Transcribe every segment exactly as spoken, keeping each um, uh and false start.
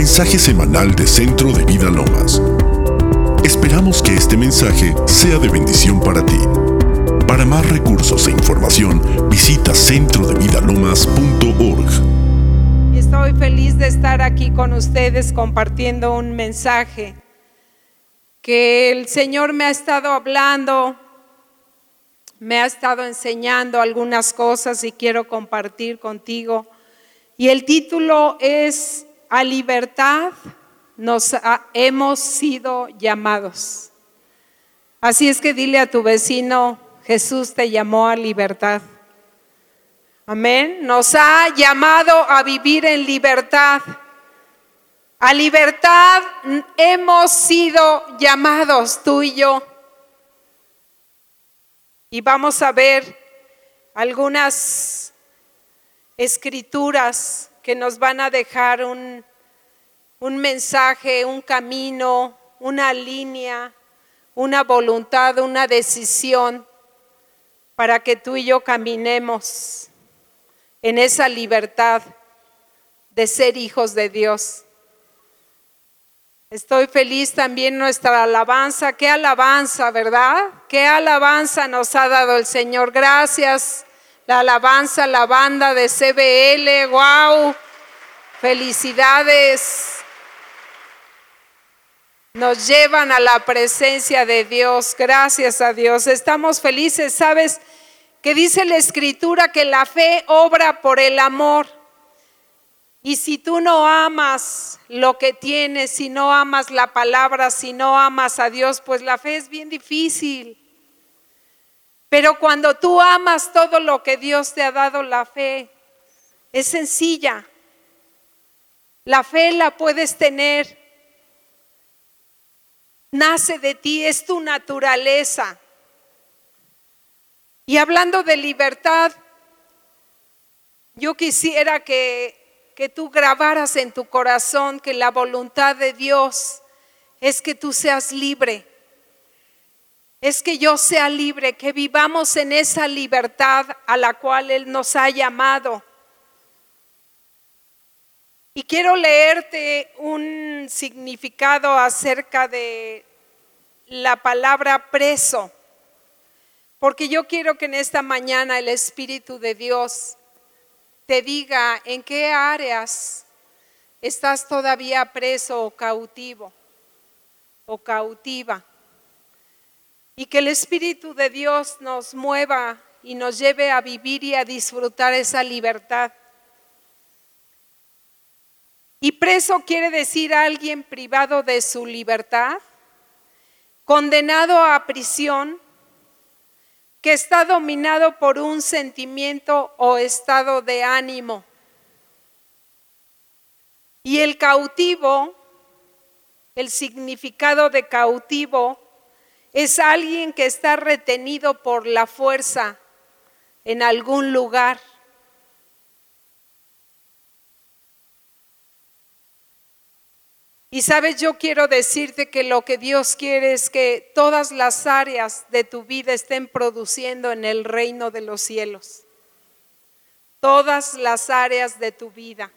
mensaje semanal de Centro de Vida Lomas. Esperamos que este mensaje sea de bendición para ti. Para más recursos e información, visita centro de vida lomas punto org. Estoy feliz de estar aquí con ustedes compartiendo un mensaje que el Señor me ha estado hablando, me ha estado enseñando algunas cosas y quiero compartir contigo. Y el título es: A libertad nos ha, hemos sido llamados. Así es que dile a tu vecino: Jesús te llamó a libertad. Amén. Nos ha llamado a vivir en libertad. A libertad hemos sido llamados tú y yo. Y vamos a ver algunas escrituras que nos van a dejar un, un mensaje, un camino, una línea, una voluntad, una decisión para que tú y yo caminemos en esa libertad de ser hijos de Dios. Estoy feliz también nuestra alabanza. Qué alabanza, ¿verdad? Qué alabanza nos ha dado el Señor. Gracias. La alabanza, la banda de C B L. ¡Wow! Felicidades. Nos llevan a la presencia de Dios. Gracias a Dios. Estamos felices. ¿Sabes que dice la Escritura que la fe obra por el amor? Y si tú no amas lo que tienes, si no amas la palabra, si no amas a Dios, pues la fe es bien difícil. Pero cuando tú amas todo lo que Dios te ha dado, la fe es sencilla. La fe la puedes tener. Nace de ti, es tu naturaleza. Y hablando de libertad, yo quisiera que que tú grabaras en tu corazón que la voluntad de Dios es que tú seas libre, es que yo sea libre, que vivamos en esa libertad a la cual Él nos ha llamado. Y quiero leerte un significado acerca de la palabra preso, porque yo quiero que en esta mañana el Espíritu de Dios te diga en qué áreas estás todavía preso o cautivo o cautiva. Y que el Espíritu de Dios nos mueva y nos lleve a vivir y a disfrutar esa libertad. Y preso quiere decir alguien privado de su libertad, condenado a prisión, que está dominado por un sentimiento o estado de ánimo. Y el cautivo, el significado de cautivo, es alguien que está retenido por la fuerza en algún lugar. Y sabes, yo quiero decirte que lo que Dios quiere es que todas las áreas de tu vida estén produciendo en el reino de los cielos. Todas las áreas de tu vida.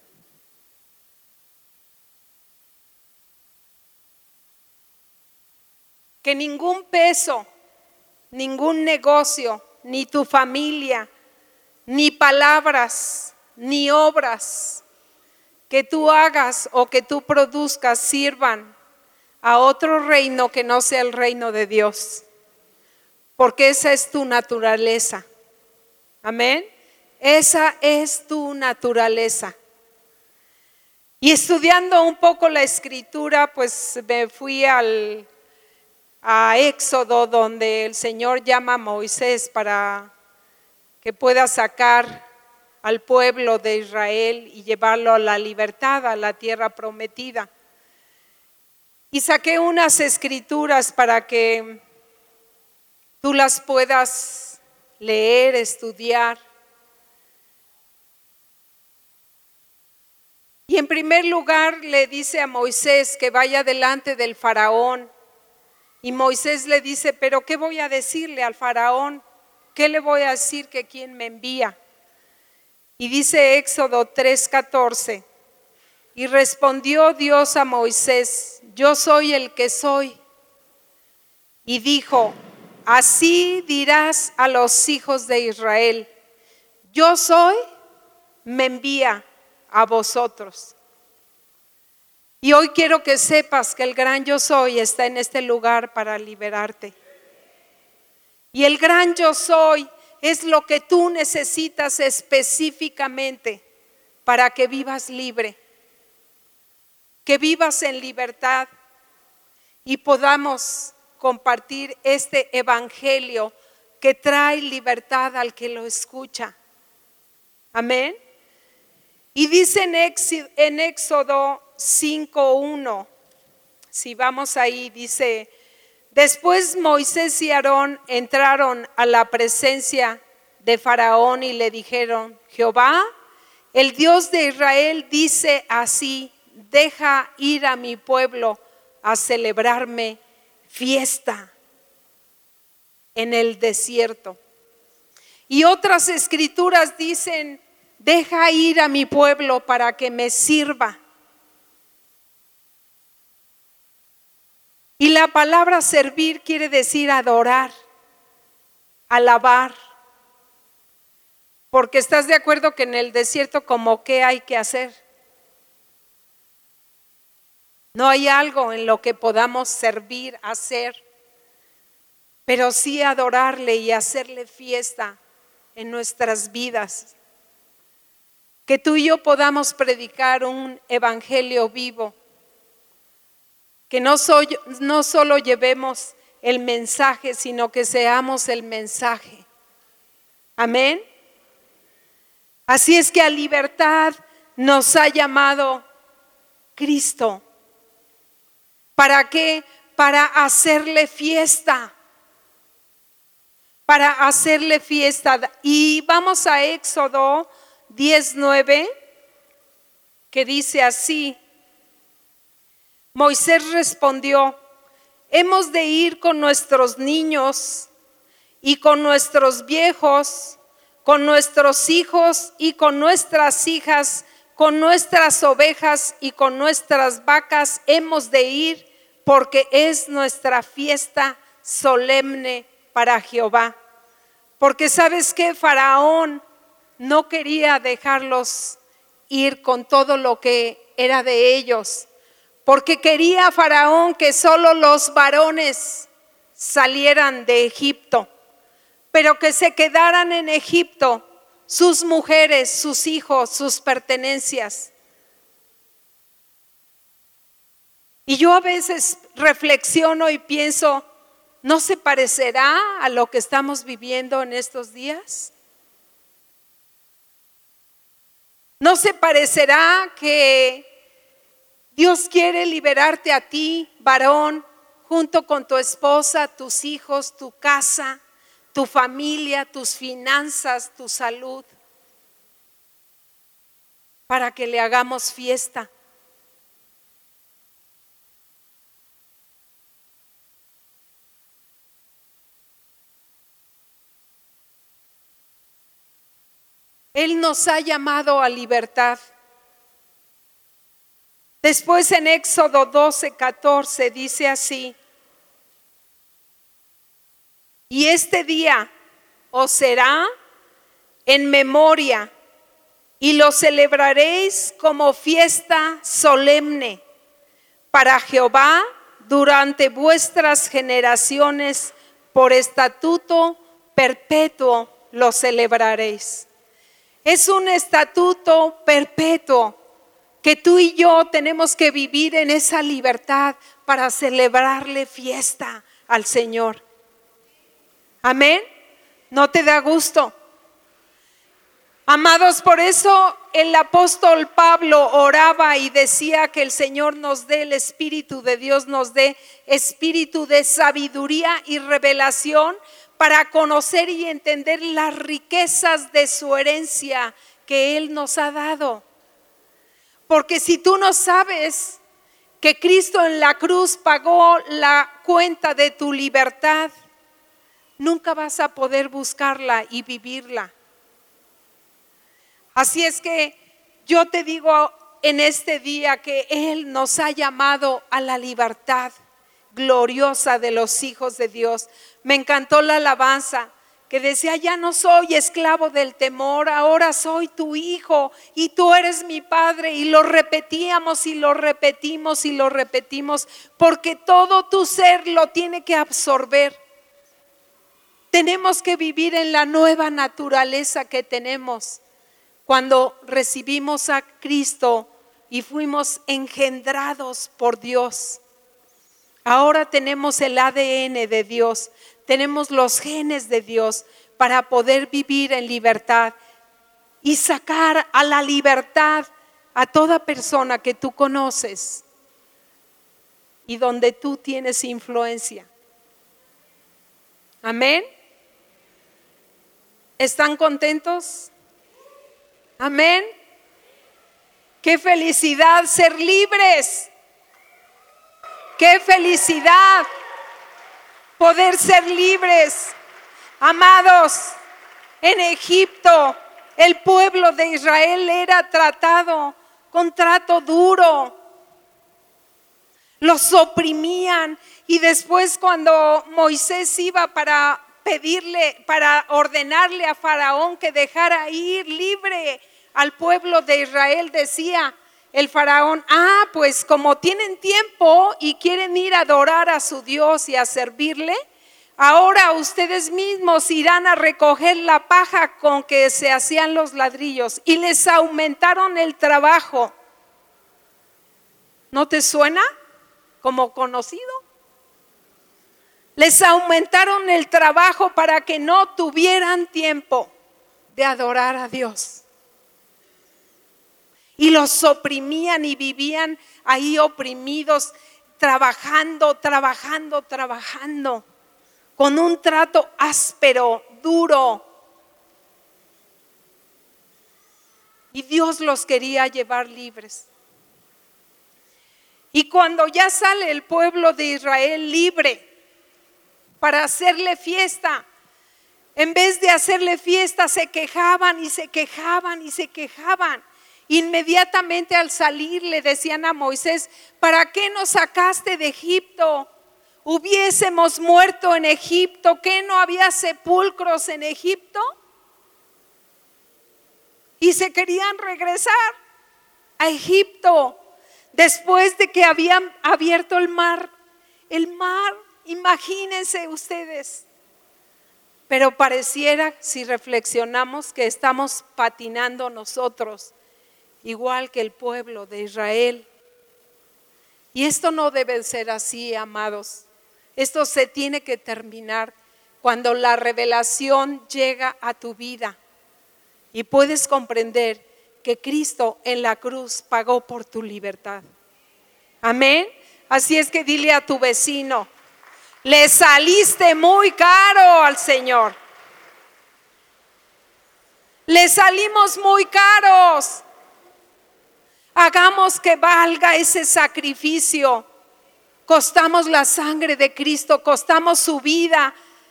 Que ningún peso, ningún negocio, ni tu familia, ni palabras, ni obras que tú hagas o que tú produzcas sirvan a otro reino que no sea el reino de Dios, porque esa es tu naturaleza. Amén. Esa es tu naturaleza. Y estudiando un poco la Escritura, pues me fui al, a Éxodo, donde el Señor llama a Moisés para que pueda sacar al pueblo de Israel y llevarlo a la libertad, a la tierra prometida. Y saqué unas escrituras para que tú las puedas leer, estudiar. Y en primer lugar le dice a Moisés que vaya delante del faraón. Y Moisés le dice: pero ¿qué voy a decirle al faraón? ¿Qué le voy a decir que quién me envía? Y dice Éxodo tres catorce: Y respondió Dios a Moisés: yo soy el que soy. Y dijo: así dirás a los hijos de Israel: yo soy, me envía a vosotros. Y hoy quiero que sepas que el gran yo soy está en este lugar para liberarte. Y el gran yo soy es lo que tú necesitas específicamente para que vivas libre, que vivas en libertad y podamos compartir este evangelio que trae libertad al que lo escucha. Amén. Y dice en Éxodo cinco uno, si vamos ahí, dice: después Moisés y Aarón entraron a la presencia de Faraón y le dijeron: Jehová, el Dios de Israel, dice así: deja ir a mi pueblo a celebrarme fiesta en el desierto. Y otras escrituras dicen: deja ir a mi pueblo para que me sirva. Y la palabra servir quiere decir adorar, alabar. Porque estás de acuerdo que en el desierto, como ¿qué hay que hacer? No hay algo en lo que podamos servir, hacer, pero sí adorarle y hacerle fiesta en nuestras vidas. Que tú y yo podamos predicar un evangelio vivo. Que no, soy, no solo llevemos el mensaje, sino que seamos el mensaje. Amén. Así es que a libertad nos ha llamado Cristo. ¿Para qué? Para hacerle fiesta. Para hacerle fiesta. Y vamos a Éxodo diez nueve, que dice así: Moisés respondió: hemos de ir con nuestros niños y con nuestros viejos, con nuestros hijos y con nuestras hijas, con nuestras ovejas y con nuestras vacas hemos de ir, porque es nuestra fiesta solemne para Jehová. Porque ¿sabes qué? Faraón no quería dejarlos ir con todo lo que era de ellos, porque quería Faraón que solo los varones salieran de Egipto, pero que se quedaran en Egipto sus mujeres, sus hijos, sus pertenencias. Y yo a veces reflexiono y pienso: ¿no se parecerá a lo que estamos viviendo en estos días? ¿No se parecerá que Dios quiere liberarte a ti, varón, junto con tu esposa, tus hijos, tu casa, tu familia, tus finanzas, tu salud, para que le hagamos fiesta? Él nos ha llamado a libertad. Después en Éxodo doce catorce dice así: y este día os será en memoria y lo celebraréis como fiesta solemne para Jehová durante vuestras generaciones, por estatuto perpetuo lo celebraréis. Es un estatuto perpetuo que tú y yo tenemos que vivir en esa libertad para celebrarle fiesta al Señor. Amén. ¿No te da gusto? Amados, por eso el apóstol Pablo oraba y decía que el Señor nos dé, el Espíritu de Dios nos dé espíritu de sabiduría y revelación para conocer y entender las riquezas de su herencia que Él nos ha dado. Porque si tú no sabes que Cristo en la cruz pagó la cuenta de tu libertad, nunca vas a poder buscarla y vivirla. Así es que yo te digo en este día que Él nos ha llamado a la libertad gloriosa de los hijos de Dios. Me encantó la alabanza que decía: ya no soy esclavo del temor, ahora soy tu hijo y tú eres mi padre. Y lo repetíamos y lo repetimos y lo repetimos, porque todo tu ser lo tiene que absorber. Tenemos que vivir en la nueva naturaleza que tenemos cuando recibimos a Cristo y fuimos engendrados por Dios. Ahora tenemos el A D N de Dios, tenemos los genes de Dios para poder vivir en libertad y sacar a la libertad a toda persona que tú conoces y donde tú tienes influencia. Amén. ¿Están contentos? Amén. Qué felicidad ser libres. Qué felicidad poder ser libres. Amados, en Egipto el pueblo de Israel era tratado con trato duro. Los oprimían, y después cuando Moisés iba para pedirle, para ordenarle a Faraón que dejara ir libre al pueblo de Israel, decía el Faraón: ah, pues como tienen tiempo y quieren ir a adorar a su Dios y a servirle, ahora ustedes mismos irán a recoger la paja con que se hacían los ladrillos. Y les aumentaron el trabajo. ¿No te suena como conocido? Les aumentaron el trabajo para que no tuvieran tiempo de adorar a Dios. Y los oprimían y vivían ahí oprimidos, trabajando, trabajando, trabajando, con un trato áspero, duro. Y Dios los quería llevar libres. Y cuando ya sale el pueblo de Israel libre para hacerle fiesta, en vez de hacerle fiesta se quejaban y se quejaban y se quejaban. Inmediatamente al salir le decían a Moisés: ¿para qué nos sacaste de Egipto? Hubiésemos muerto en Egipto. ¿Qué no había sepulcros en Egipto? Y se querían regresar a Egipto después de que habían abierto el mar. El mar, imagínense ustedes. Pero pareciera, si reflexionamos, que estamos patinando nosotros, igual que el pueblo de Israel. Y esto no debe ser así, amados. Esto se tiene que terminar cuando la revelación llega a tu vida y puedes comprender que Cristo en la cruz pagó por tu libertad. Amén. Así es que dile a tu vecino: le saliste muy caro al Señor. Le salimos muy caros. Hagamos que valga ese sacrificio. Costamos la sangre de Cristo, costamos su vida,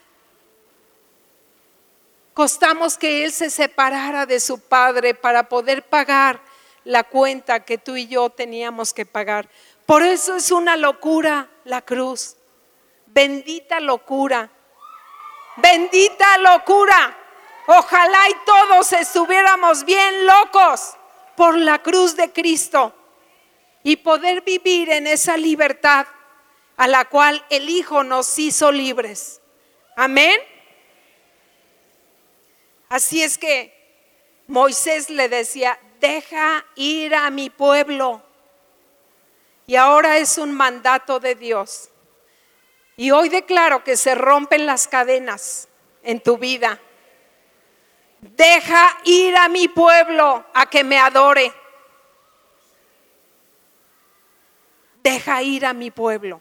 costamos que Él se separara de su Padre para poder pagar la cuenta que tú y yo teníamos que pagar. Por eso es una locura la cruz. Bendita locura, bendita locura. Ojalá y todos estuviéramos bien locos por la cruz de Cristo y poder vivir en esa libertad a la cual el Hijo nos hizo libres. Amén. Así es que Moisés le decía: deja ir a mi pueblo. Y ahora es un mandato de Dios. Y hoy declaro que se rompen las cadenas en tu vida. Deja ir a mi pueblo a que me adore. Deja ir a mi pueblo.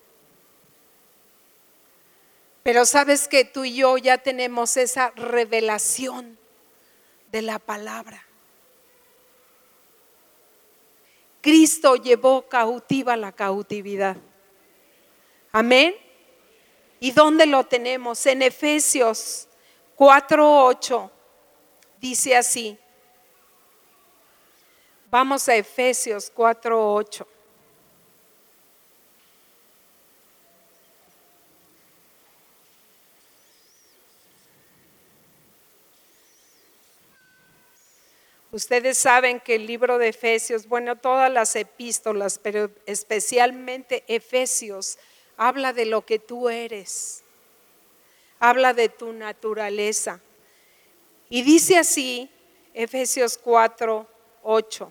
Pero sabes que tú y yo ya tenemos esa revelación de la palabra. Cristo llevó cautiva la cautividad. Amén. ¿Y dónde lo tenemos? En Efesios cuatro ocho dice así: Vamos a Efesios cuatro ocho. Ustedes saben que el libro de Efesios, bueno, todas las epístolas, pero especialmente Efesios, habla de lo que tú eres, habla de tu naturaleza. Y dice así, Efesios cuatro ocho.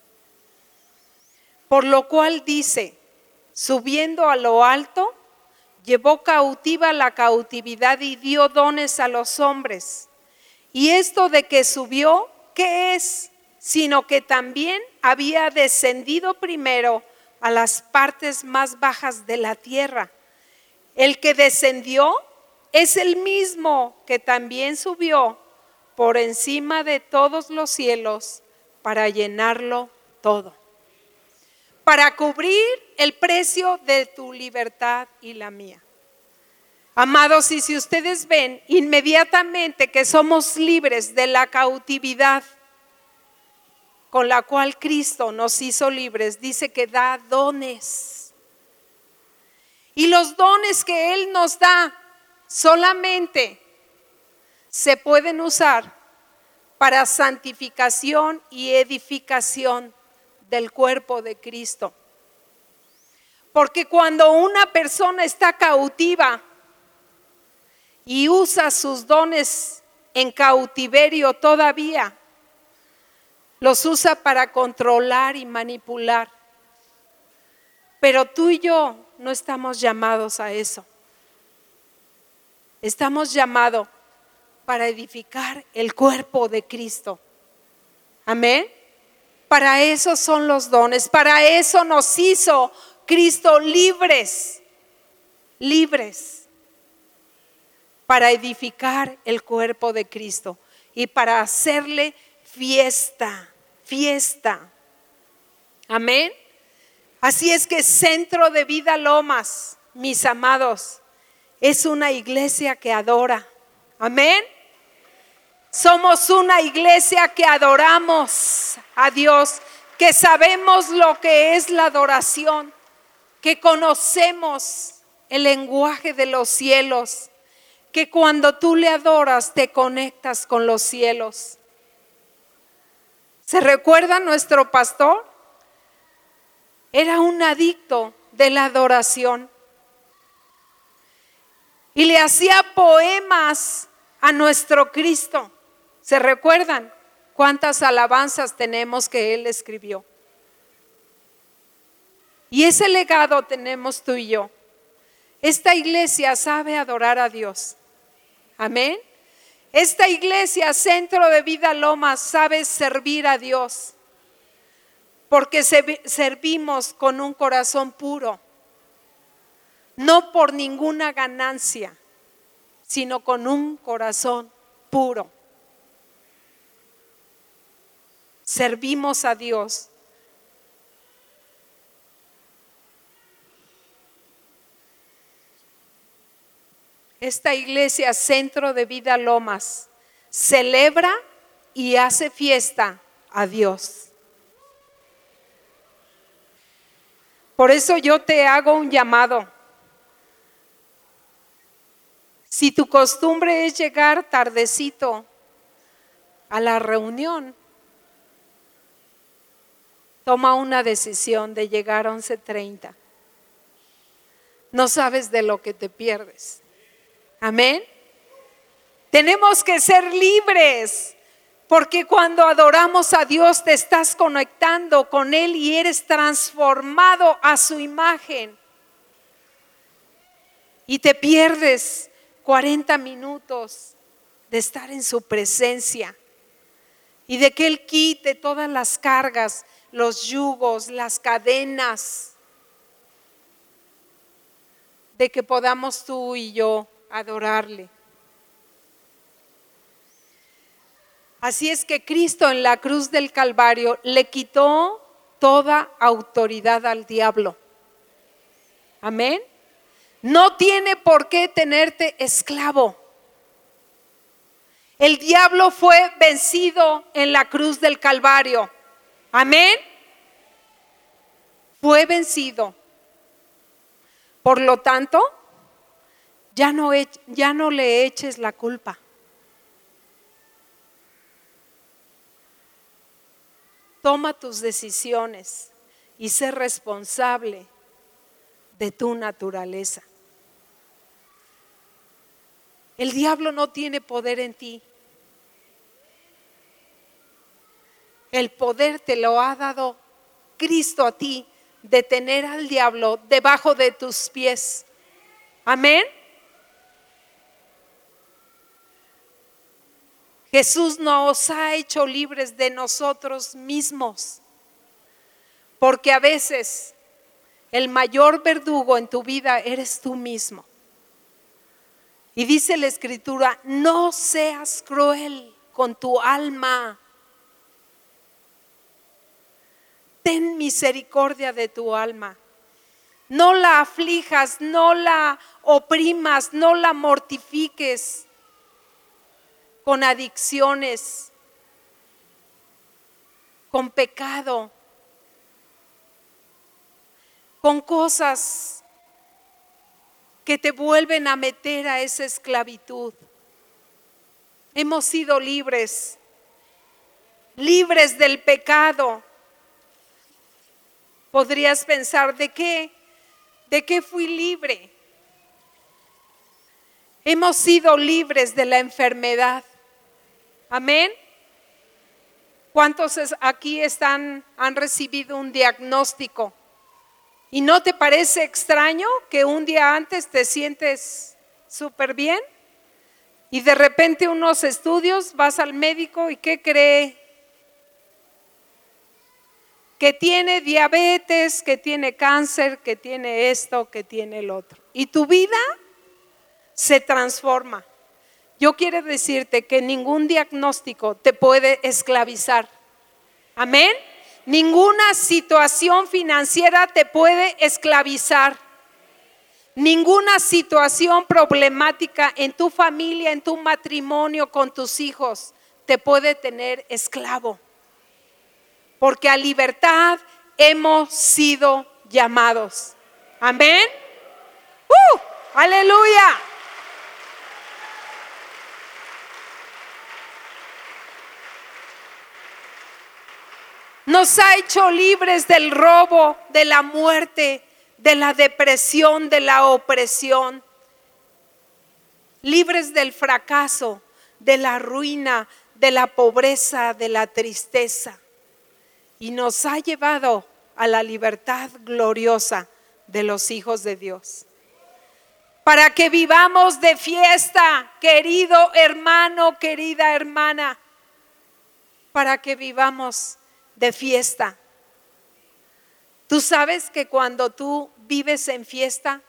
Por lo cual dice, subiendo a lo alto, llevó cautiva la cautividad y dio dones a los hombres. Y esto de que subió, ¿qué es? Sino que también había descendido primero a las partes más bajas de la tierra. El que descendió es el mismo que también subió por encima de todos los cielos para llenarlo todo, para cubrir el precio de tu libertad y la mía. Amados, y si ustedes ven inmediatamente que somos libres de la cautividad con la cual Cristo nos hizo libres, dice que da dones. Y los dones que Él nos da solamente se pueden usar para santificación y edificación del cuerpo de Cristo. Porque cuando una persona está cautiva y usa sus dones en cautiverio todavía, los usa para controlar y manipular. Pero tú y yo no estamos llamados a eso. Estamos llamados para edificar el cuerpo de Cristo. Amén. Para eso son los dones, para eso nos hizo Cristo libres, libres, para edificar el cuerpo de Cristo y para hacerle fiesta, fiesta. Amén. Así es que Centro de Vida Lomas, mis amados, es una iglesia que adora. Amén. Somos una iglesia que adoramos a Dios, que sabemos lo que es la adoración, que conocemos el lenguaje de los cielos, que cuando tú le adoras te conectas con los cielos. ¿Se recuerda nuestro pastor? Era un adicto de la adoración y le hacía poemas a nuestro Cristo. ¿Se recuerdan cuántas alabanzas tenemos que él escribió? Y ese legado tenemos tú y yo. Esta iglesia sabe adorar a Dios. Amén. Esta iglesia, Centro de Vida Lomas, sabe servir a Dios. Porque servimos con un corazón puro. No por ninguna ganancia, sino con un corazón puro. Servimos a Dios. Esta iglesia, Centro de Vida Lomas, celebra y hace fiesta a Dios. Por eso yo te hago un llamado. Si tu costumbre es llegar tardecito a la reunión, toma una decisión de llegar a once treinta. No sabes de lo que te pierdes. Amén. Tenemos que ser libres, porque cuando adoramos a Dios te estás conectando con Él y eres transformado a su imagen. Y te pierdes cuarenta minutos de estar en su presencia y de que Él quite todas las cargas, los yugos, las cadenas, de que podamos tú y yo adorarle. Así es que Cristo en la cruz del Calvario le quitó toda autoridad al diablo. Amén. No tiene por qué tenerte esclavo. El diablo fue vencido en la cruz del Calvario. Amén. Fue vencido. Por lo tanto, ya no, ya no le eches la culpa. Toma tus decisiones y sé responsable de tu naturaleza. El diablo no tiene poder en ti. El poder te lo ha dado Cristo a ti, de tener al diablo debajo de tus pies. Amén. Jesús nos ha hecho libres de nosotros mismos, porque a veces el mayor verdugo en tu vida eres tú mismo. Y dice la Escritura, no seas cruel con tu alma. Ten misericordia de tu alma. No la aflijas, no la oprimas, no la mortifiques con adicciones, con pecado, con cosas que te vuelven a meter a esa esclavitud. Hemos sido libres, libres del pecado. Podrías pensar, ¿de qué? ¿De qué fui libre? Hemos sido libres de la enfermedad. Amén. ¿Cuántos aquí están, han recibido un diagnóstico? ¿Y no te parece extraño que un día antes te sientes súper bien? Y de repente unos estudios, vas al médico y ¿qué cree? Que tiene diabetes, que tiene cáncer, que tiene esto, que tiene el otro. Y tu vida se transforma. Yo quiero decirte que ningún diagnóstico te puede esclavizar. Amén. Ninguna situación financiera te puede esclavizar. Ninguna situación problemática en tu familia, en tu matrimonio, con tus hijos, te puede tener esclavo. Porque a libertad hemos sido llamados. Amén. ¡Uh! ¡Aleluya! Nos ha hecho libres del robo, de la muerte, de la depresión, de la opresión. Libres del fracaso, de la ruina, de la pobreza, de la tristeza. Y nos ha llevado a la libertad gloriosa de los hijos de Dios. Para que vivamos de fiesta, querido hermano, querida hermana. Para que vivamos de fiesta. Tú sabes que cuando tú vives en fiesta,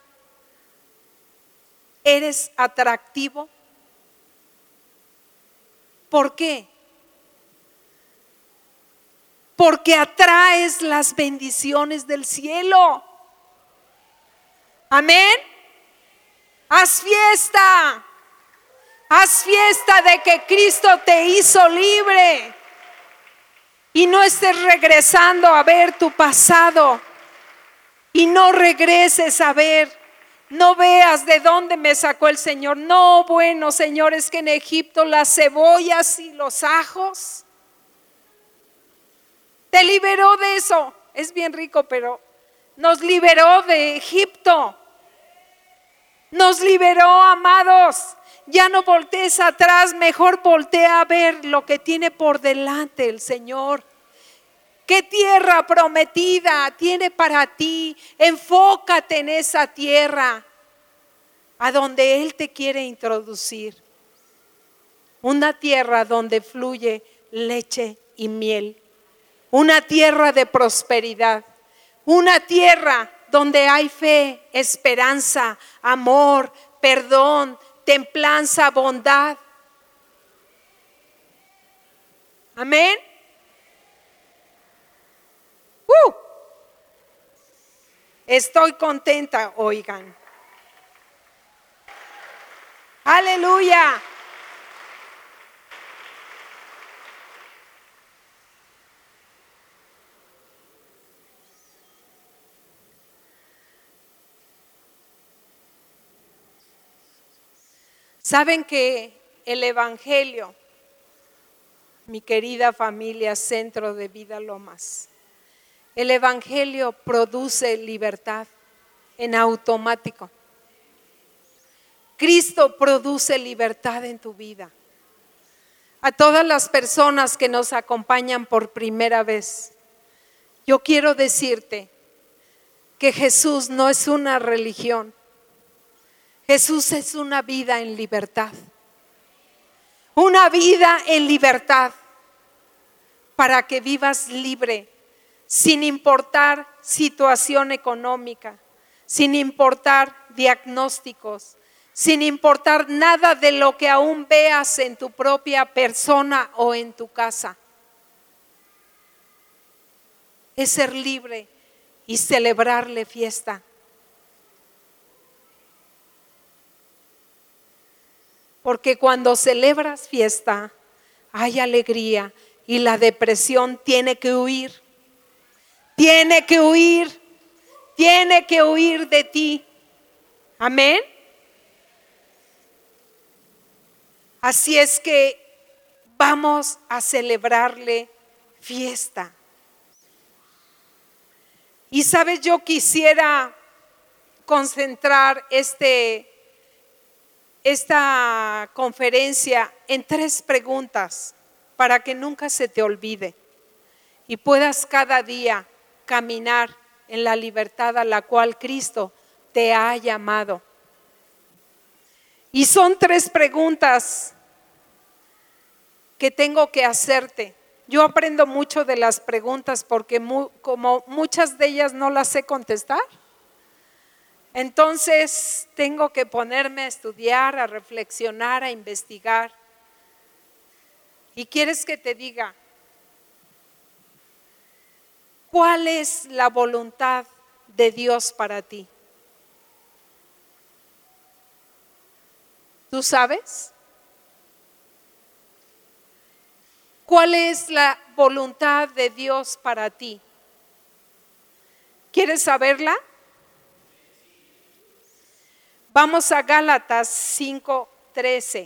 eres atractivo. ¿Por qué? Porque atraes las bendiciones del cielo. Amén. Haz fiesta. Haz fiesta de que Cristo te hizo libre. Y no estés regresando a ver tu pasado. Y no regreses a ver. No veas de dónde me sacó el Señor. No, bueno, Señor, es que en Egipto las cebollas y los ajos. Te liberó de eso. Es bien rico, pero nos liberó de Egipto. Nos liberó, amados. Ya no voltees atrás, mejor voltea a ver lo que tiene por delante el Señor. ¿Qué tierra prometida tiene para ti? Enfócate en esa tierra a donde Él te quiere introducir. Una tierra donde fluye leche y miel. Una tierra de prosperidad. Una tierra donde hay fe, esperanza, amor, perdón, templanza, bondad. Amén. Uh, estoy contenta, oigan. Aleluya. Saben que el Evangelio, mi querida familia Centro de Vida Lomas, el Evangelio produce libertad en automático. Cristo produce libertad en tu vida. A todas las personas que nos acompañan por primera vez, yo quiero decirte que Jesús no es una religión. Jesús es una vida en libertad. Una vida en libertad para que vivas libre, sin importar situación económica, sin importar diagnósticos, sin importar nada de lo que aún veas en tu propia persona o en tu casa. Es ser libre y celebrarle fiesta. Porque cuando celebras fiesta, hay alegría y la depresión tiene que huir. Tiene que huir. Tiene que huir de ti. Amén. Así es que vamos a celebrarle fiesta. Y sabes, yo quisiera concentrar este, esta conferencia en tres preguntas para que nunca se te olvide y puedas cada día caminar en la libertad a la cual Cristo te ha llamado. Y son tres preguntas que tengo que hacerte. Yo aprendo mucho de las preguntas porque mu- como muchas de ellas no las sé contestar, entonces tengo que ponerme a estudiar, a reflexionar, a investigar. ¿Y quieres que te diga cuál es la voluntad de Dios para ti? ¿Tú sabes? ¿Cuál es la voluntad de Dios para ti? ¿Quieres saberla? Vamos a Gálatas cinco trece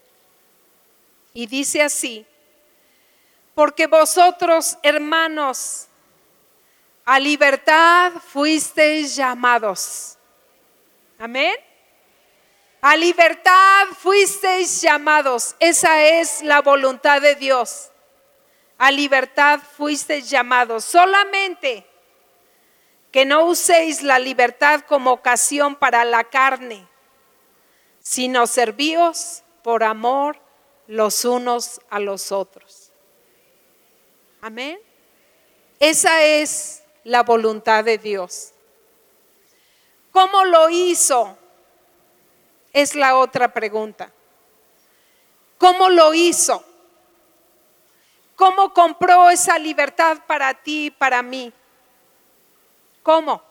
y dice así: porque vosotros, hermanos, a libertad fuisteis llamados. Amén. A libertad fuisteis llamados. Esa es la voluntad de Dios. A libertad fuisteis llamados. Solamente que no uséis la libertad como ocasión para la carne, sino servíos por amor los unos a los otros. Amén. Esa es la voluntad de Dios. ¿Cómo lo hizo? Es la otra pregunta. ¿Cómo lo hizo? ¿Cómo compró esa libertad para ti y para mí? ¿Cómo?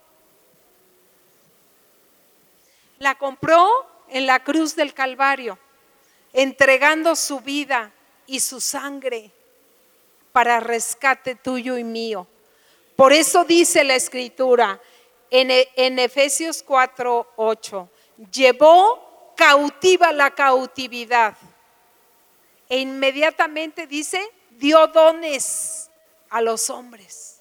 La compró en la cruz del Calvario, entregando su vida y su sangre para rescate tuyo y mío. Por eso dice la Escritura en, en Efesios cuatro ocho: llevó cautiva la cautividad e inmediatamente dice, dio dones a los hombres.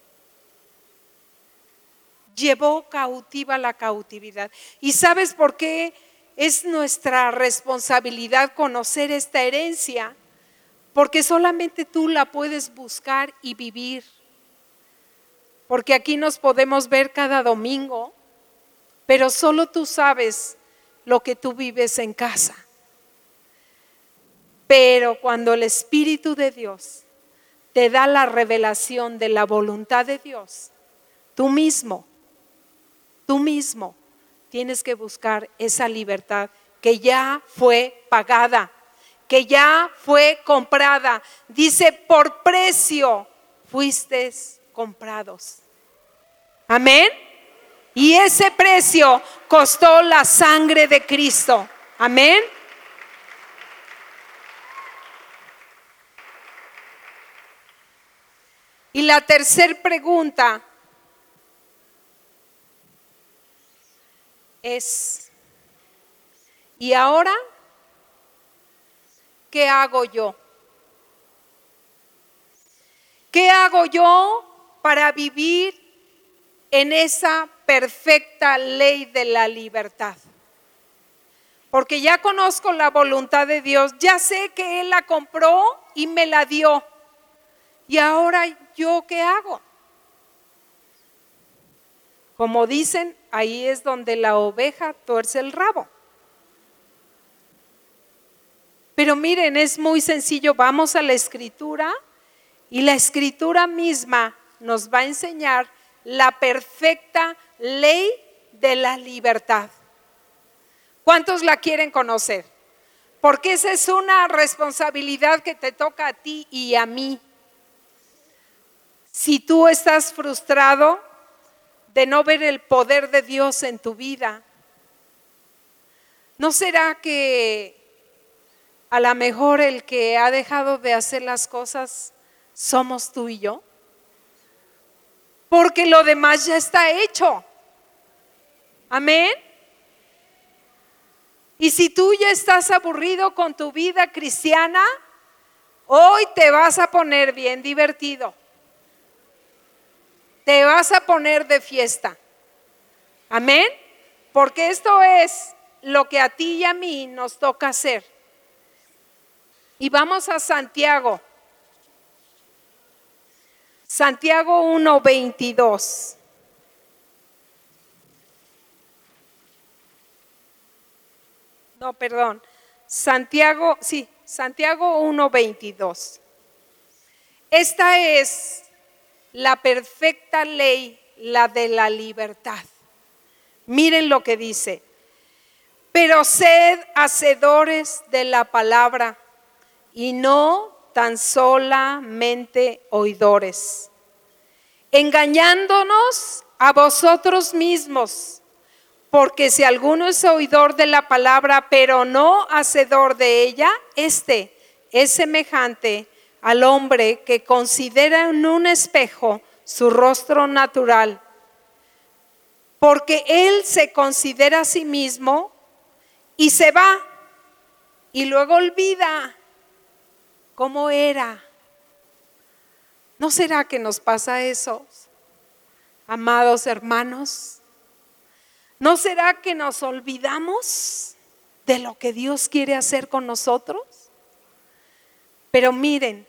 Llevó cautiva la cautividad. ¿Y sabes por qué es nuestra responsabilidad conocer esta herencia? Porque solamente tú la puedes buscar y vivir. Porque aquí nos podemos ver cada domingo, pero solo tú sabes lo que tú vives en casa. Pero cuando el Espíritu de Dios te da la revelación de la voluntad de Dios, tú mismo, tú mismo tienes que buscar esa libertad que ya fue pagada, que ya fue comprada. Dice, por precio fuisteis comprados. Amén. Y ese precio costó la sangre de Cristo. Amén. Y la tercera pregunta es, ¿Y ahora qué hago yo? ¿Qué hago yo para vivir en esa perfecta ley de la libertad? Porque ya conozco la voluntad de Dios, ya sé que Él la compró y me la dio. ¿Y ahora yo qué hago? Como dicen, ahí es donde la oveja tuerce el rabo. Pero miren, es muy sencillo, vamos a la Escritura y la Escritura misma nos va a enseñar la perfecta ley de la libertad. ¿Cuántos la quieren conocer? Porque esa es una responsabilidad que te toca a ti y a mí. Si tú estás frustrado de no ver el poder de Dios en tu vida, ¿no será que a lo mejor el que ha dejado de hacer las cosas somos tú y yo? Porque lo demás ya está hecho. Amén. Y si tú ya estás aburrido con tu vida cristiana, hoy te vas a poner bien divertido. Te vas a poner de fiesta. Amén. Porque esto es lo que a ti y a mí nos toca hacer. Y vamos a Santiago. Santiago uno veintidós. No, perdón. Santiago, sí, Santiago uno veintidós. Esta es la perfecta ley, la de la libertad. Miren lo que dice. Pero sed hacedores de la palabra y no tan solamente oidores, engañándonos a vosotros mismos. Porque si alguno es oidor de la palabra, pero no hacedor de ella, este es semejante al hombre que considera en un espejo su rostro natural. Porque él se considera a sí mismo y se va y luego olvida cómo era. ¿No será que nos pasa eso, amados hermanos? ¿No será que nos olvidamos de lo que Dios quiere hacer con nosotros? Pero miren,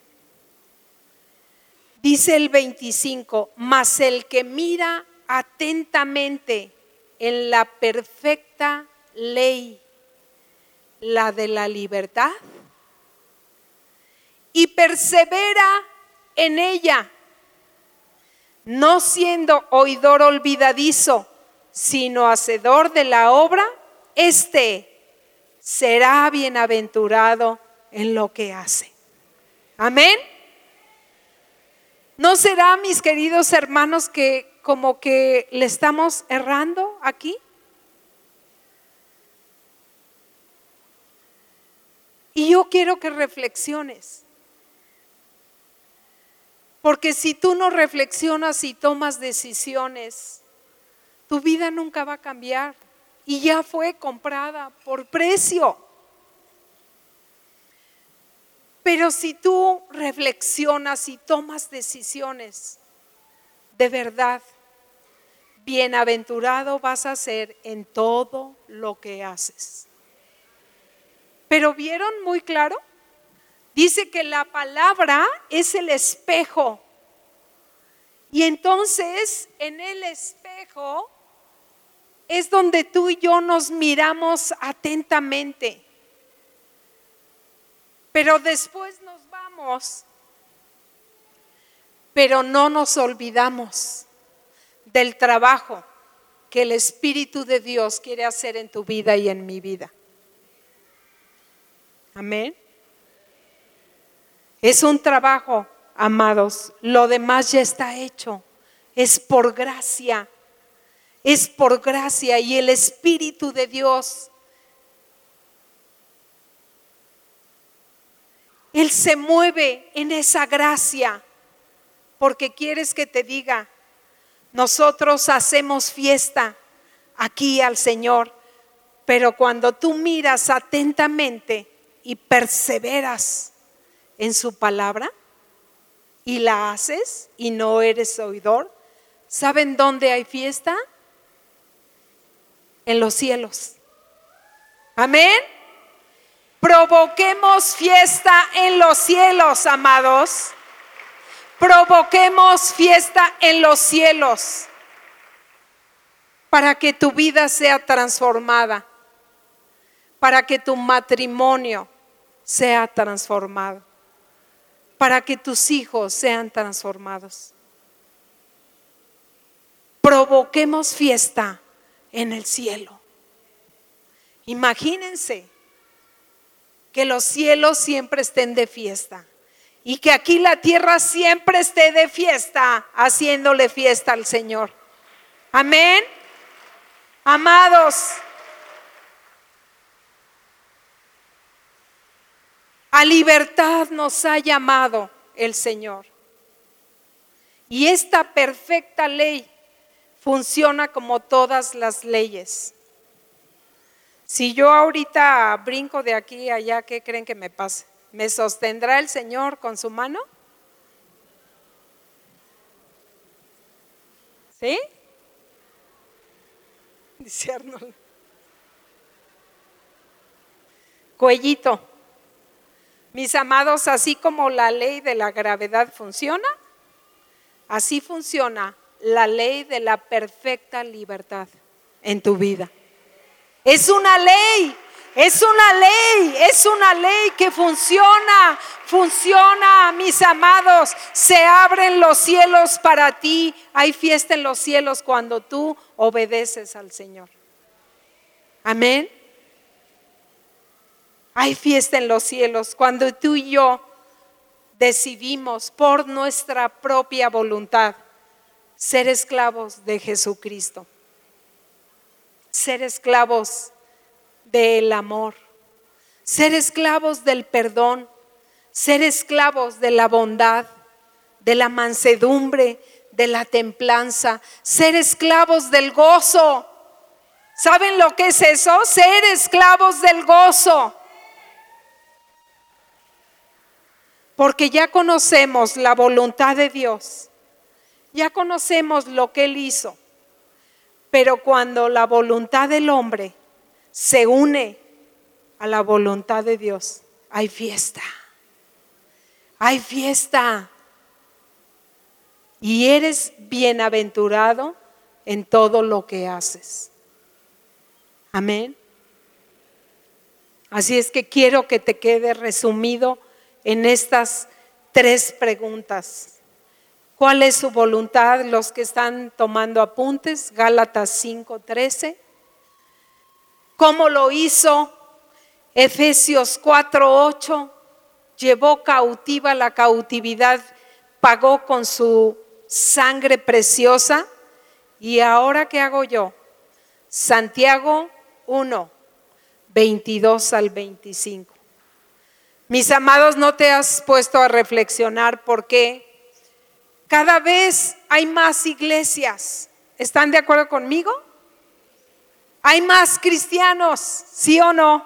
dice el veinticinco, mas el que mira atentamente en la perfecta ley, la de la libertad, y persevera en ella, no siendo oidor olvidadizo, sino hacedor de la obra, este será bienaventurado en lo que hace. Amén. ¿No será, mis queridos hermanos, que como que le estamos errando aquí? Y yo quiero que reflexiones. Porque si tú no reflexionas y tomas decisiones, tu vida nunca va a cambiar y ya fue comprada por precio. Pero si tú reflexionas y tomas decisiones, de verdad, bienaventurado vas a ser en todo lo que haces. ¿Pero vieron muy claro? Dice que la palabra es el espejo. Y entonces en el espejo es donde tú y yo nos miramos atentamente. Pero después nos vamos, pero no nos olvidamos del trabajo que el Espíritu de Dios quiere hacer en tu vida y en mi vida. Amén. Es un trabajo, amados, lo demás ya está hecho, es por gracia. Es por gracia y el Espíritu de Dios, Él se mueve en esa gracia porque quieres que te diga, nosotros hacemos fiesta aquí al Señor, Pero cuando tú miras atentamente y perseveras en su palabra y la haces y no eres oidor, ¿saben dónde hay fiesta? En los cielos. Amén. Provoquemos fiesta en los cielos, amados. Provoquemos fiesta en los cielos para que tu vida sea transformada, para que tu matrimonio sea transformado, para que tus hijos sean transformados. Provoquemos fiesta en el cielo. Imagínense que los cielos siempre estén de fiesta y que aquí la tierra siempre esté de fiesta, haciéndole fiesta al Señor. Amén. Amados, a libertad nos ha llamado el Señor. Y esta perfecta ley funciona como todas las leyes. Si yo ahorita brinco de aquí a allá, ¿qué creen que me pase? ¿Me sostendrá el Señor con su mano? ¿Sí? Dice Arnold. Cuellito. Mis amados, así como la ley de la gravedad funciona, así funciona la ley de la perfecta libertad en tu vida. Es una ley, es una ley, es una ley que funciona, funciona, mis amados. Se abren los cielos para ti, hay fiesta en los cielos cuando tú obedeces al Señor. Amén. Hay fiesta en los cielos cuando tú y yo decidimos por nuestra propia voluntad ser esclavos de Jesucristo, ser esclavos del amor, ser esclavos del perdón, ser esclavos de la bondad, de la mansedumbre, de la templanza, ser esclavos del gozo. ¿Saben lo que es eso? Ser esclavos del gozo. Porque ya conocemos la voluntad de Dios, ya conocemos lo que Él hizo, pero cuando la voluntad del hombre se une a la voluntad de Dios, hay fiesta, hay fiesta. Y eres bienaventurado en todo lo que haces. Amén. Así es que quiero que te quede resumido en estas tres preguntas. ¿Cuál es su voluntad? Los que están tomando apuntes, Gálatas cinco trece. ¿Cómo lo hizo? Efesios cuatro ocho. Llevó cautiva la cautividad, pagó con su sangre preciosa. ¿Y ahora qué hago yo? Santiago uno, veintidós al veinticinco. Mis amados, ¿no te has puesto a reflexionar por qué cada vez hay más iglesias? ¿Están de acuerdo conmigo? ¿Hay más cristianos? ¿Sí o no?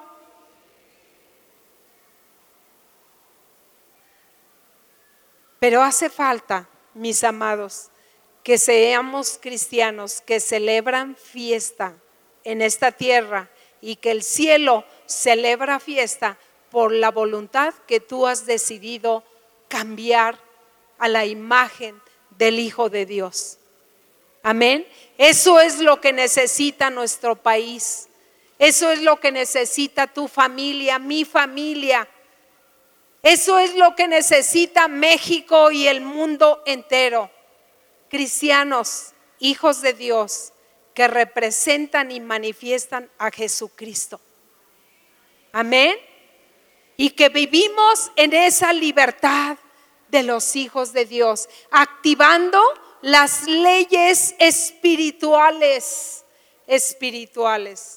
Pero hace falta, mis amados, que seamos cristianos que celebran fiesta en esta tierra y que el cielo celebra fiesta por la voluntad que tú has decidido cambiar a la imagen del Hijo de Dios. Amén. Eso es lo que necesita nuestro país. Eso es lo que necesita tu familia, mi familia. Eso es lo que necesita México y el mundo entero. Cristianos, hijos de Dios, que representan y manifiestan a Jesucristo. Amén. Y que vivimos en esa libertad de los hijos de Dios, activando las leyes espirituales, espirituales.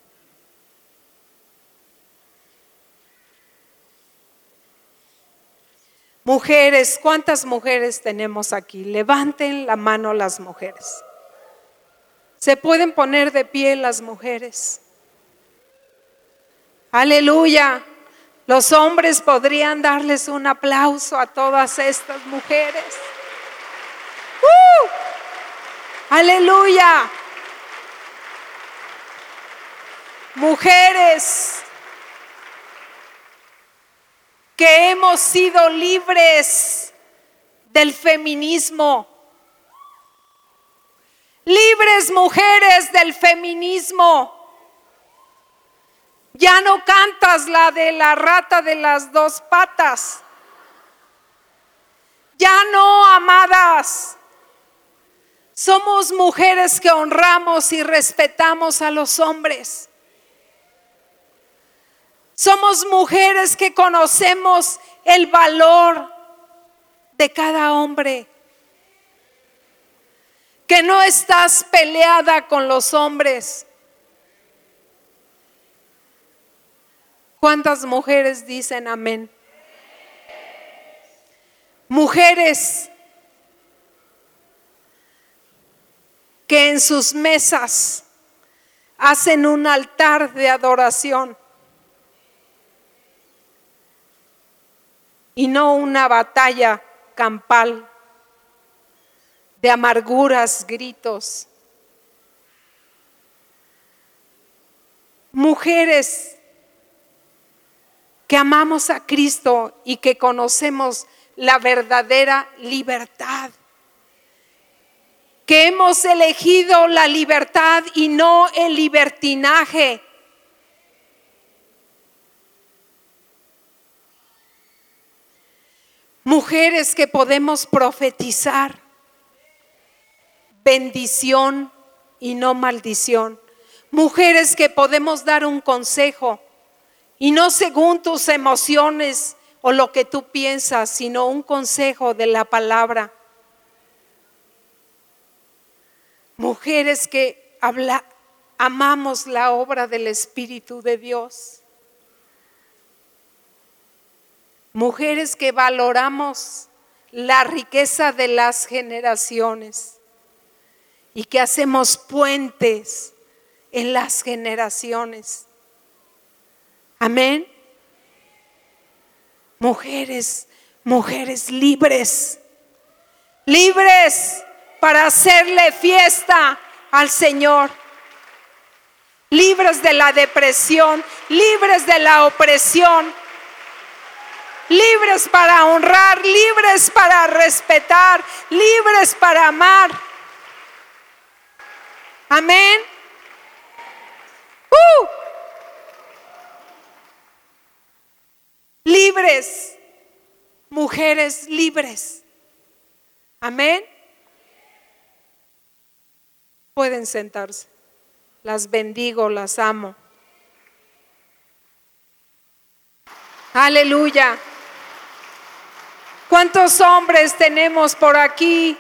Mujeres, ¿cuántas mujeres tenemos aquí? Levanten la mano las mujeres. ¿Se pueden poner de pie las mujeres? Aleluya. Los hombres podrían darles un aplauso a todas estas mujeres. ¡Uh! Aleluya. Mujeres que hemos sido libres del feminismo. Libres mujeres del feminismo. Ya no cantas la de la rata de las dos patas. Ya no, amadas. Somos mujeres que honramos y respetamos a los hombres. Somos mujeres que conocemos el valor de cada hombre. Que no estás peleada con los hombres. ¿Cuántas mujeres dicen amén? Mujeres que en sus mesas hacen un altar de adoración y no una batalla campal de amarguras, gritos. Mujeres que amamos a Cristo y que conocemos la verdadera libertad. Que hemos elegido la libertad y no el libertinaje. Mujeres que podemos profetizar bendición y no maldición. Mujeres que podemos dar un consejo y no según tus emociones o lo que tú piensas, sino un consejo de la palabra. Mujeres que habla, amamos la obra del Espíritu de Dios. Mujeres que valoramos la riqueza de las generaciones y que hacemos puentes en las generaciones. Amén. Mujeres, mujeres libres, libres para hacerle fiesta al Señor. Libres de la depresión, libres de la opresión, libres para honrar, libres para respetar, libres para amar. Amén. Uh. Libres, mujeres libres. Amén. Pueden sentarse. Las bendigo, las amo. Aleluya. ¿Cuántos hombres tenemos por aquí?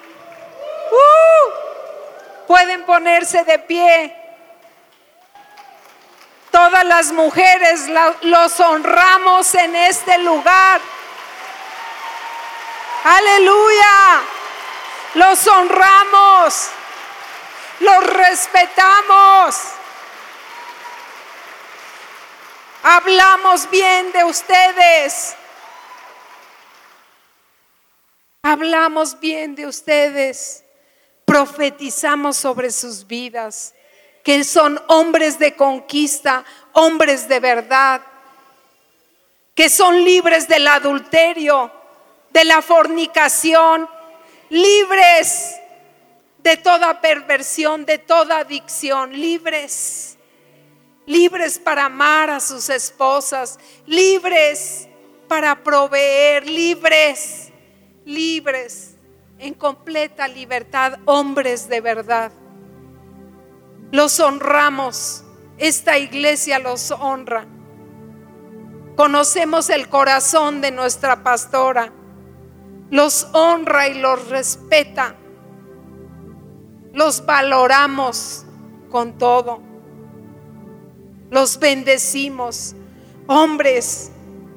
Uh, pueden ponerse de pie. Todas las mujeres la, los honramos en este lugar. Aleluya. Los honramos. Los respetamos. Hablamos bien de ustedes. Hablamos bien de ustedes. Profetizamos sobre sus vidas. Que son hombres de conquista, hombres de verdad. Que son libres del adulterio, de la fornicación. Libres de toda perversión, de toda adicción, libres, libres para amar a sus esposas, libres para proveer, libres, libres, en completa libertad, hombres de verdad. Los honramos, esta iglesia los honra. Conocemos el corazón de nuestra pastora, los honra y los respeta. Los valoramos con todo. Los bendecimos. Hombres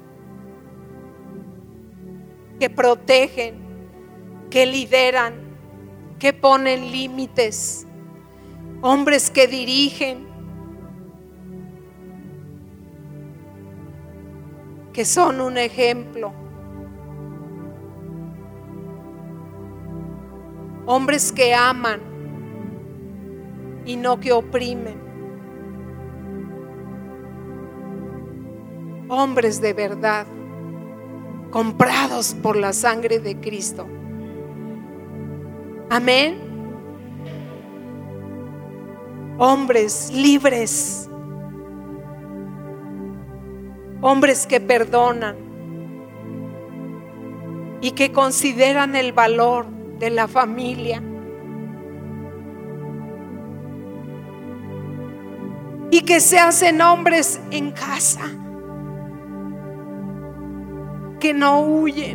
que protegen, que lideran, que ponen límites. Hombres que dirigen. que son un ejemplo. Hombres que aman y no que oprimen. Hombres de verdad, comprados por la sangre de Cristo. Amén. Hombres libres. Hombres que perdonan y que consideran el valor de la familia. Y que se hacen hombres en casa, que no huyen.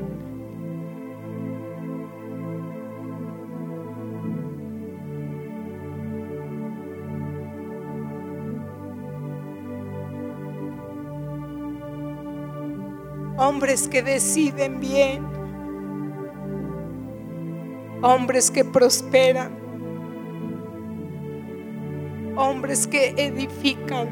Hombres que deciden bien, hombres que prosperan, hombres que edifican,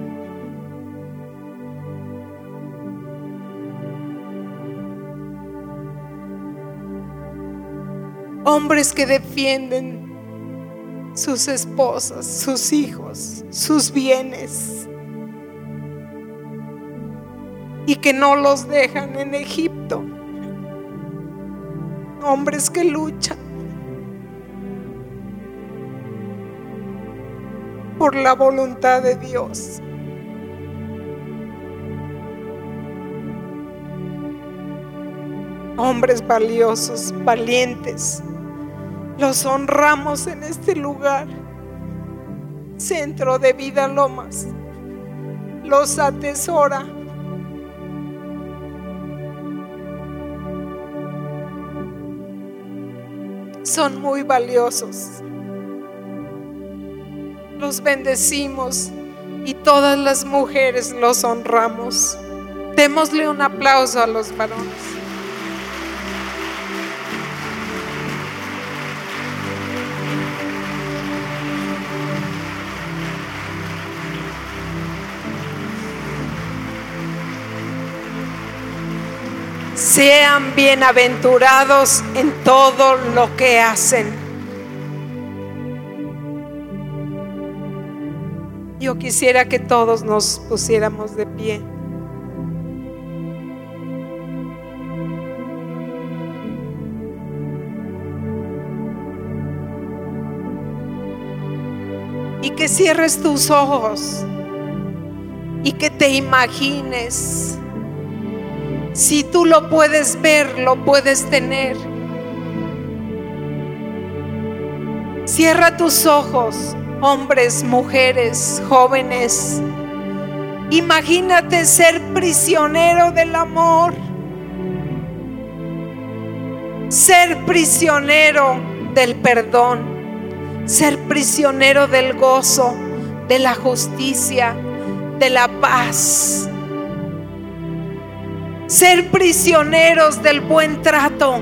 hombres que defienden sus esposas, sus hijos, sus bienes, y que no los dejan en Egipto. Hombres que luchan por la voluntad de Dios. Hombres valiosos, valientes. Los honramos en este lugar, Centro de Vida Lomas. Los atesora. Son muy valiosos. Los bendecimos y todas las mujeres los honramos. Démosle un aplauso a los varones. Sean bienaventurados en todo lo que hacen. Yo quisiera que todos nos pusiéramos de pie. Y que cierres tus ojos y que te imagines. Si tú lo puedes ver, lo puedes tener. Cierra tus ojos, hombres, mujeres, jóvenes. Imagínate ser prisionero del amor, ser prisionero del perdón, ser prisionero del gozo, de la justicia, de la paz. Ser prisioneros del buen trato,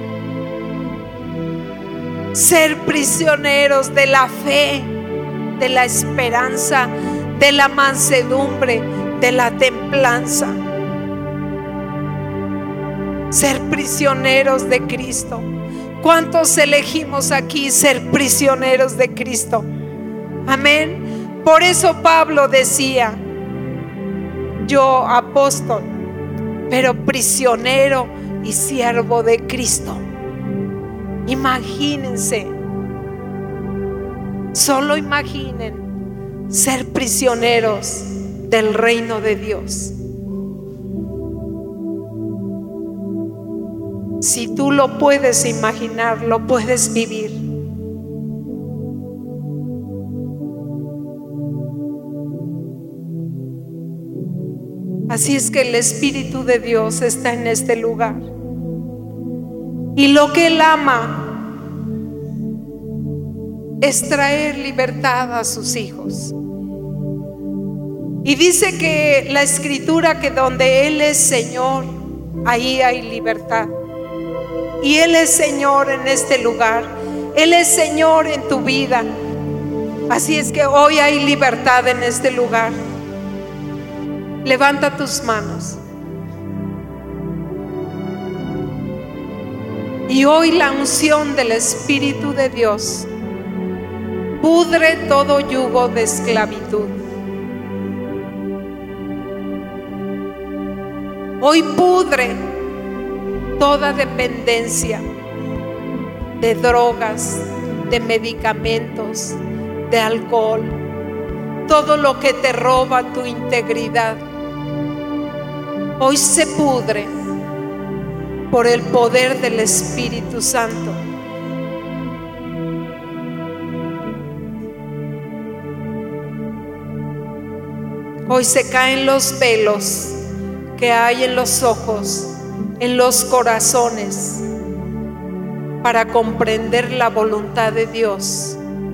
ser prisioneros de la fe, de la esperanza, de la mansedumbre, de la templanza. Ser prisioneros de Cristo. ¿Cuántos elegimos aquí ser prisioneros de Cristo? Amén. Por eso Pablo decía: yo apóstol, pero prisionero y siervo de Cristo. Imagínense, solo imaginen ser prisioneros del reino de Dios. Si tú lo puedes imaginar, lo puedes vivir. Así es que el Espíritu de Dios está en este lugar. Y lo que Él ama es traer libertad a sus hijos. Y dice que la Escritura que donde Él es Señor, ahí hay libertad. Y Él es Señor en este lugar. Él es Señor en tu vida. Así es que hoy hay libertad en este lugar. Levanta tus manos. Y hoy la unción del Espíritu de Dios pudre todo yugo de esclavitud. Hoy pudre toda dependencia de drogas, de medicamentos, de alcohol, todo lo que te roba tu integridad. Hoy se pudre por el poder del Espíritu Santo. Hoy se caen los velos que hay en los ojos, en los corazones, para comprender la voluntad de Dios,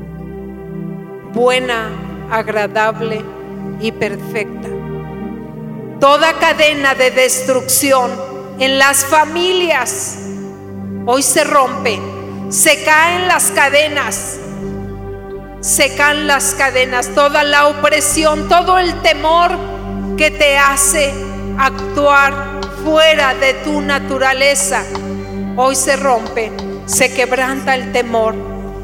buena, agradable y perfecta. Toda cadena de destrucción en las familias hoy se rompe, se caen las cadenas, se caen las cadenas, toda la opresión, todo el temor que te hace actuar fuera de tu naturaleza, hoy se rompe, se quebranta el temor,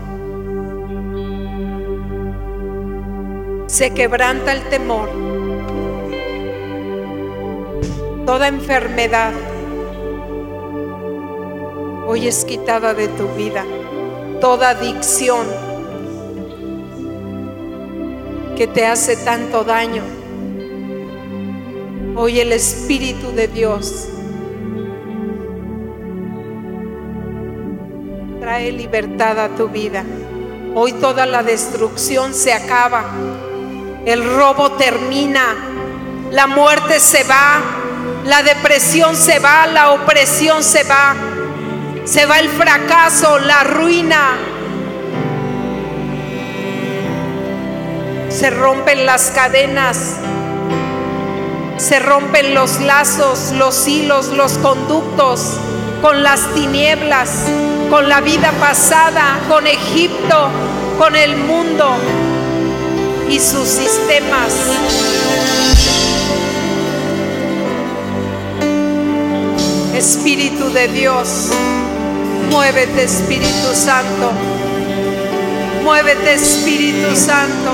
se quebranta el temor. Toda enfermedad hoy es quitada de tu vida, toda adicción que te hace tanto daño. Hoy el Espíritu de Dios trae libertad a tu vida. Hoy toda la destrucción se acaba, el robo termina, la muerte se va, la depresión se va, la opresión se va, se va el fracaso, la ruina. Se rompen las cadenas, se rompen los lazos, los hilos, los conductos con las tinieblas, con la vida pasada, con Egipto, con el mundo y sus sistemas. Espíritu de Dios, muévete, Espíritu Santo, muévete, Espíritu Santo,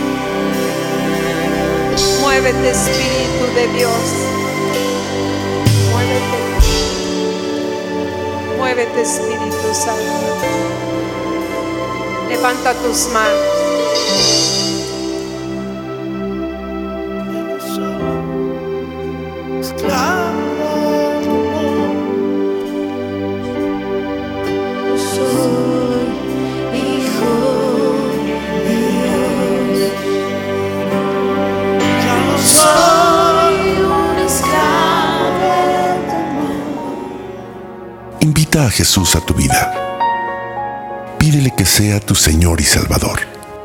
muévete, Espíritu de Dios, muévete, muévete, Espíritu Santo. Levanta tus manos. Invita a Jesús a tu vida. Pídele que sea tu Señor y Salvador.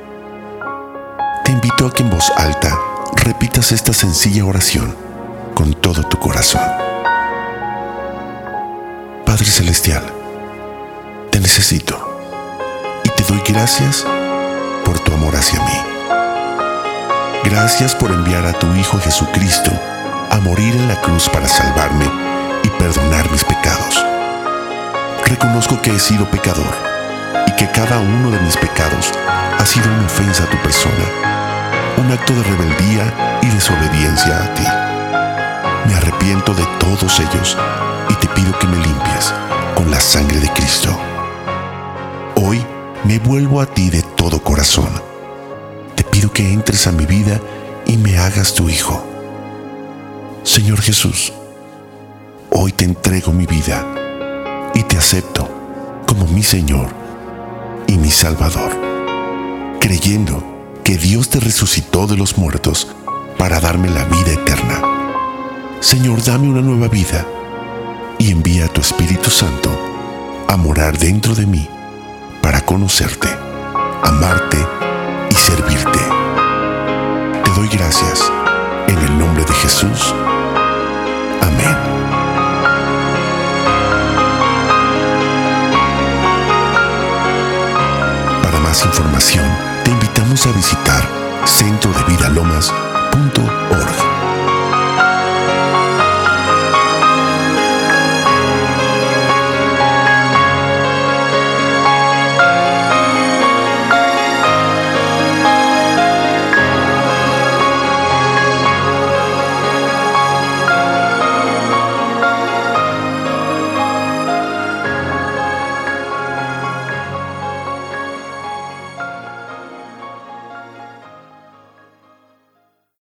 Te invito a que en voz alta repitas esta sencilla oración con todo tu corazón. Padre Celestial, te necesito y te doy gracias por tu amor hacia mí. Gracias por enviar a tu Hijo Jesucristo a morir en la cruz para salvarme y perdonar mis pecados. Reconozco que he sido pecador y que cada uno de mis pecados ha sido una ofensa a tu persona, un acto de rebeldía y desobediencia a ti. Me arrepiento de todos ellos y te pido que me limpies con la sangre de Cristo. Hoy me vuelvo a ti de todo corazón. Te pido que entres a mi vida y me hagas tu Hijo. Señor Jesús, hoy te entrego mi vida y te acepto como mi Señor y mi Salvador, creyendo que Dios te resucitó de los muertos para darme la vida eterna. Señor, dame una nueva vida y envía a tu Espíritu Santo a morar dentro de mí para conocerte, amarte y servirte. Te doy gracias en el nombre de Jesús. Amén. Para más información, te invitamos a visitar centro de vida lomas punto org.